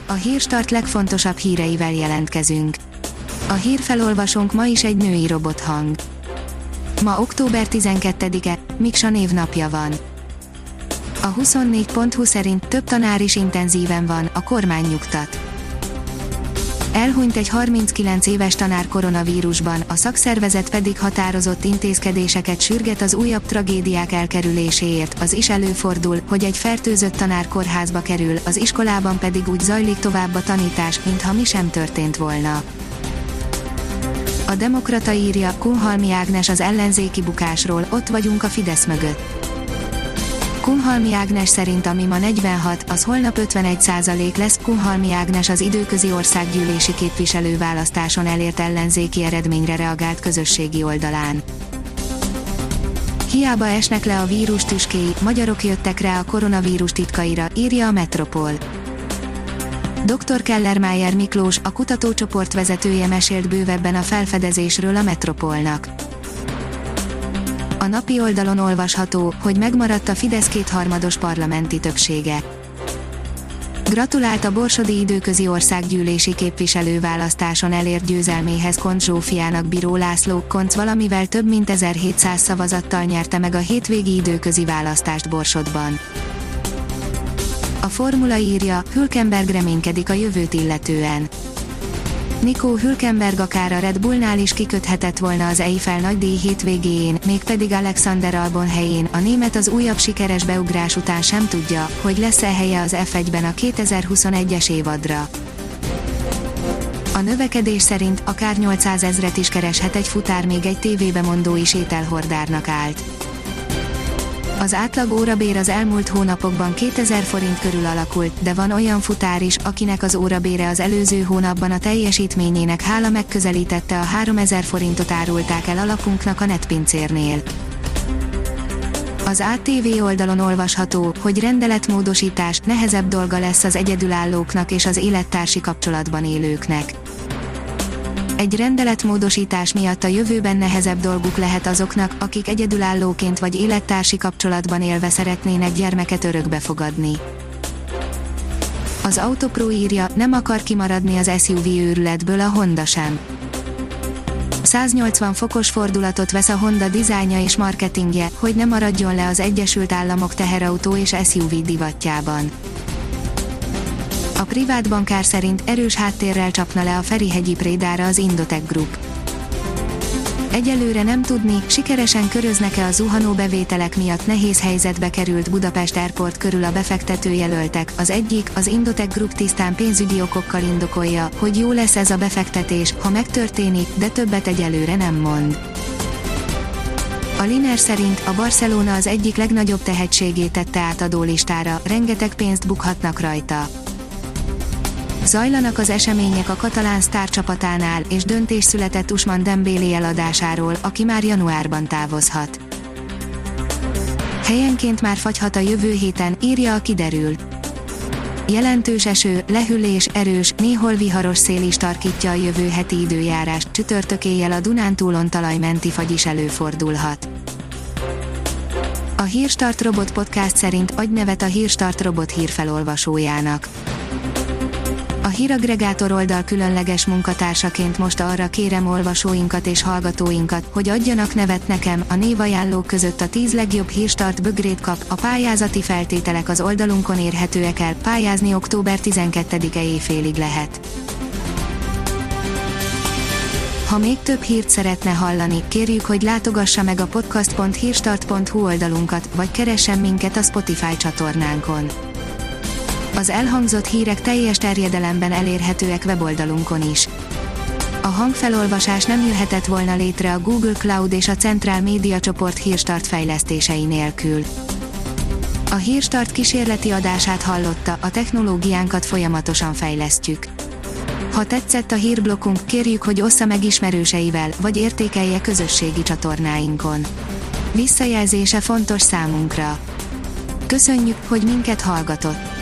A Hírstart legfontosabb híreivel jelentkezünk. A hírfelolvasónk ma is egy női robothang. Ma október 12-e, Miksa névnapja van. A 24.hu szerint több tanár is intenzíven van, a kormány nyugtat. Elhunyt egy 39 éves tanár koronavírusban, a szakszervezet pedig határozott intézkedéseket sürget az újabb tragédiák elkerüléséért. Az is előfordul, hogy egy fertőzött tanár kórházba kerül, az iskolában pedig úgy zajlik tovább a tanítás, mintha mi sem történt volna. A Demokrata írja, Kunhalmi Ágnes az ellenzéki bukásról, ott vagyunk a Fidesz mögött. Kunhalmi Ágnes szerint ami ma 46, az holnap 51% lesz. Kunhalmi Ágnes az időközi országgyűlési képviselőválasztáson elért ellenzéki eredményre reagált közösségi oldalán. Hiába esnek le a vírus tüskéi, magyarok jöttek rá a koronavírus titkaira, írja a Metropol. Dr. Kellermeier Miklós, a kutatócsoport vezetője mesélt bővebben a felfedezésről a Metropolnak. A napi oldalon olvasható, hogy megmaradt a Fidesz kétharmados parlamenti többsége. Gratulált a borsodi időközi országgyűlési képviselőválasztáson elért győzelméhez Koncz Zsófiának Biró László. Koncz valamivel több mint 1700 szavazattal nyerte meg a hétvégi időközi választást Borsodban. A Formula írja, Hülkenberg reménykedik a jövőt illetően. Nico Hülkenberg akár a Red Bullnál is kiköthetett volna az Eiffel nagydíj hétvégéjén, mégpedig Alexander Albon helyén. A német az újabb sikeres beugrás után sem tudja, hogy lesz-e helye az F1-ben a 2021-es évadra. A növekedés szerint akár 800 000 is kereshet egy futár, még egy tévébemondó is ételhordárnak állt. Az átlag órabér az elmúlt hónapokban 2000 forint körül alakult, de van olyan futár is, akinek az órabére az előző hónapban a teljesítményének hála megközelítette a 3000 forintot, árulták el alapunknak a netpincérnél. Az ATV oldalon olvasható, hogy rendeletmódosítás, nehezebb dolga lesz az egyedülállóknak és az élettársi kapcsolatban élőknek. Egy rendeletmódosítás miatt a jövőben nehezebb dolguk lehet azoknak, akik egyedülállóként vagy élettársi kapcsolatban élve szeretnének gyermeket örökbe fogadni. Az Autopro írja, nem akar kimaradni az SUV őrületből a Honda sem. 180 fokos fordulatot vesz a Honda dizájnja és marketingje, hogy ne maradjon le az Egyesült Államok teherautó és SUV divatjában. A privát bankár szerint erős háttérrel csapna le a Ferihegyi Prédára az Indotech Group. Egyelőre nem tudni, sikeresen köröznek-e a zuhanó bevételek miatt nehéz helyzetbe került Budapest Airport körül a befektetőjelöltek. Az egyik, az Indotech Group tisztán pénzügyi okokkal indokolja, hogy jó lesz ez a befektetés, ha megtörténik, de többet egyelőre nem mond. A Liner szerint a Barcelona az egyik legnagyobb tehetségét tette át adólistára, rengeteg pénzt bukhatnak rajta. Zajlanak az események a katalán sztárcsapatánál, és döntés született Ousmane Dembélé eladásáról, aki már januárban távozhat. Helyenként már fagyhat a jövő héten, írja a Kiderül. Jelentős eső, lehűlés, erős, néhol viharos szél is tarkítja a jövő heti időjárást, csütörtök éjjel a Dunántúlon talajmenti fagy is előfordulhat. A Hírstart Robot Podcast szerint adj nevet a Hírstart Robot hírfelolvasójának. A híraggregátor oldal különleges munkatársaként most arra kérem olvasóinkat és hallgatóinkat, hogy adjanak nevet nekem. A névajánlók között a 10 legjobb Hírstart bögrét kap. A pályázati feltételek az oldalunkon érhetőek el, pályázni október 12-e éjfélig lehet. Ha még több hírt szeretne hallani, kérjük, hogy látogassa meg a podcast.hírstart.hu oldalunkat, vagy keressen minket a Spotify csatornánkon. Az elhangzott hírek teljes terjedelemben elérhetőek weboldalunkon is. A hangfelolvasás nem jöhetett volna létre a Google Cloud és a Centrál Média csoport Hírstart fejlesztései nélkül. A Hírstart kísérleti adását hallotta, a technológiánkat folyamatosan fejlesztjük. Ha tetszett a hírblokkunk, kérjük, hogy ossza meg ismerőseivel, vagy értékelje közösségi csatornáinkon. Visszajelzése fontos számunkra. Köszönjük, hogy minket hallgatott!